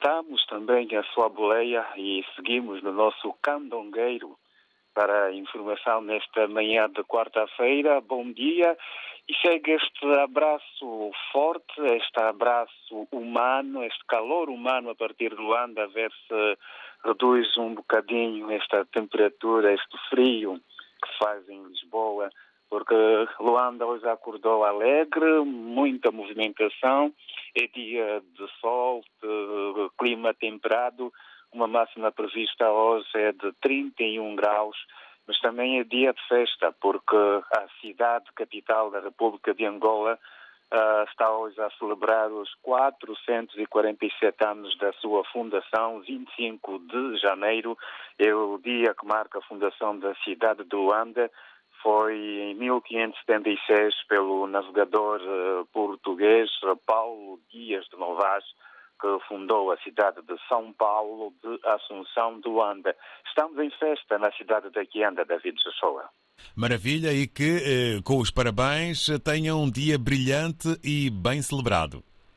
Aproveitamos também a sua boleia e seguimos no nosso candongueiro para a informação nesta manhã de quarta-feira. Bom dia e chega este abraço forte, este abraço humano, este calor humano a partir de Luanda, a ver se reduz um bocadinho esta temperatura, este frio que faz em Lisboa, porque Luanda hoje acordou alegre, muita movimentação, é dia de sol, de clima temperado, uma máxima prevista hoje é de 31 graus, mas também é dia de festa, porque a cidade capital da República de Angola está hoje a celebrar os 447 anos da sua fundação. 25 de janeiro é o dia que marca a fundação da cidade de Luanda. Foi em 1576 pelo navegador português Paulo Dias de Novais, que fundou a cidade de São Paulo de Assunção de Luanda. Estamos em festa na cidade de Quianda, David Joshua. Maravilha, e que, com os parabéns, tenham um dia brilhante e bem celebrado.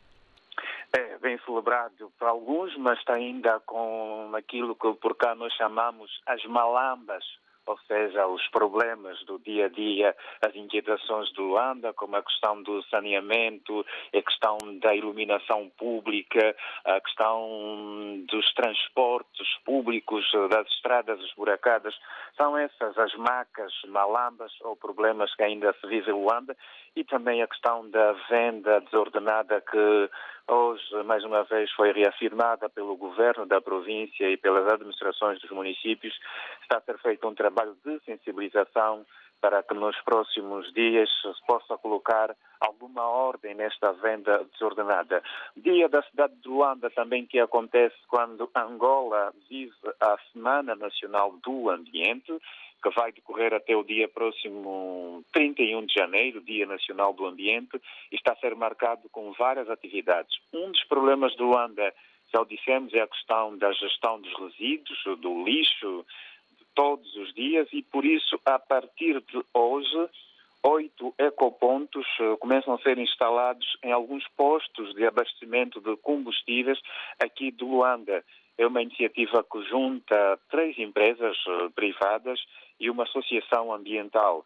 É, bem celebrado para alguns, mas está ainda com aquilo que por cá nós chamamos as malambas, ou seja, os problemas do dia a dia, as inquietações de Luanda, como a questão do saneamento, a questão da iluminação pública, a questão dos transportes públicos, das estradas esburacadas. São essas as macas, malambas ou problemas que ainda se vive em Luanda, e também a questão da venda desordenada que hoje, mais uma vez, foi reafirmada pelo governo da província e pelas administrações dos municípios. Está a ser feito um trabalho de sensibilização para que nos próximos dias se possa colocar alguma ordem nesta venda desordenada. Dia da cidade de Luanda também, que acontece quando Angola vive a Semana Nacional do Ambiente, que vai decorrer até o dia próximo 31 de janeiro, Dia Nacional do Ambiente, e está a ser marcado com várias atividades. Um dos problemas de Luanda, já o dissemos, é a questão da gestão dos resíduos, do lixo, de todos os dias, e por isso, a partir de hoje, 8 ecopontos começam a ser instalados em alguns postos de abastecimento de combustíveis aqui de Luanda. É uma iniciativa que junta 3 empresas privadas e uma associação ambiental.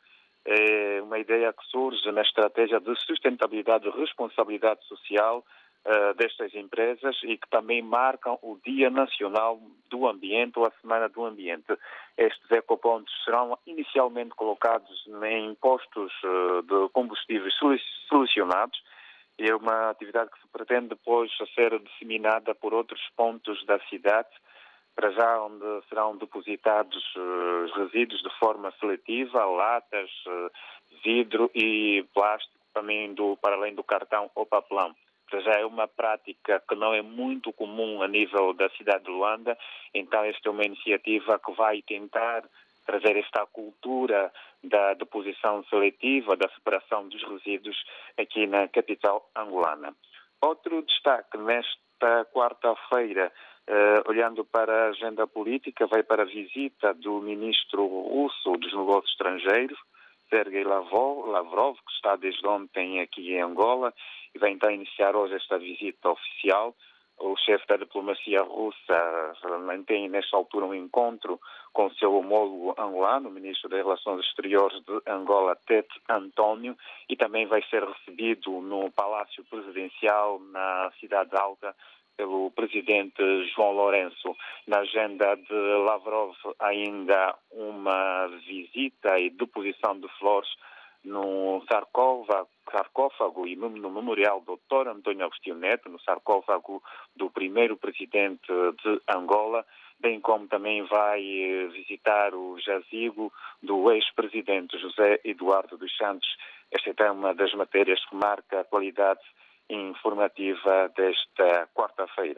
É uma ideia que surge na estratégia de sustentabilidade e responsabilidade social destas empresas e que também marcam o Dia Nacional do Ambiente ou a Semana do Ambiente. Estes ecopontos serão inicialmente colocados em postos de combustíveis selecionados. É uma atividade que se pretende depois ser disseminada por outros pontos da cidade, para já onde serão depositados os resíduos de forma seletiva, latas, vidro e plástico, também para além do cartão ou papelão. Para já é uma prática que não é muito comum a nível da cidade de Luanda, então esta é uma iniciativa que vai tentar trazer esta cultura da deposição seletiva, da separação dos resíduos aqui na capital angolana. Outro destaque nesta quarta-feira, olhando para a agenda política, vai para a visita do ministro russo dos Negócios Estrangeiros, Sergei Lavrov, que está desde ontem aqui em Angola, e vai então iniciar hoje esta visita oficial. O chefe da diplomacia russa mantém nesta altura um encontro com o seu homólogo angolano, o ministro das Relações Exteriores de Angola, Tete António, e também vai ser recebido no Palácio Presidencial, na Cidade Alta, pelo presidente João Lourenço. Na agenda de Lavrov, ainda uma visita e deposição de flores no sarcófago e no memorial do Dr. António Agostinho Neto, no sarcófago do primeiro presidente de Angola, bem como também vai visitar o jazigo do ex-presidente José Eduardo dos Santos. Esta é uma das matérias que marca a qualidade informativa desta quarta-feira.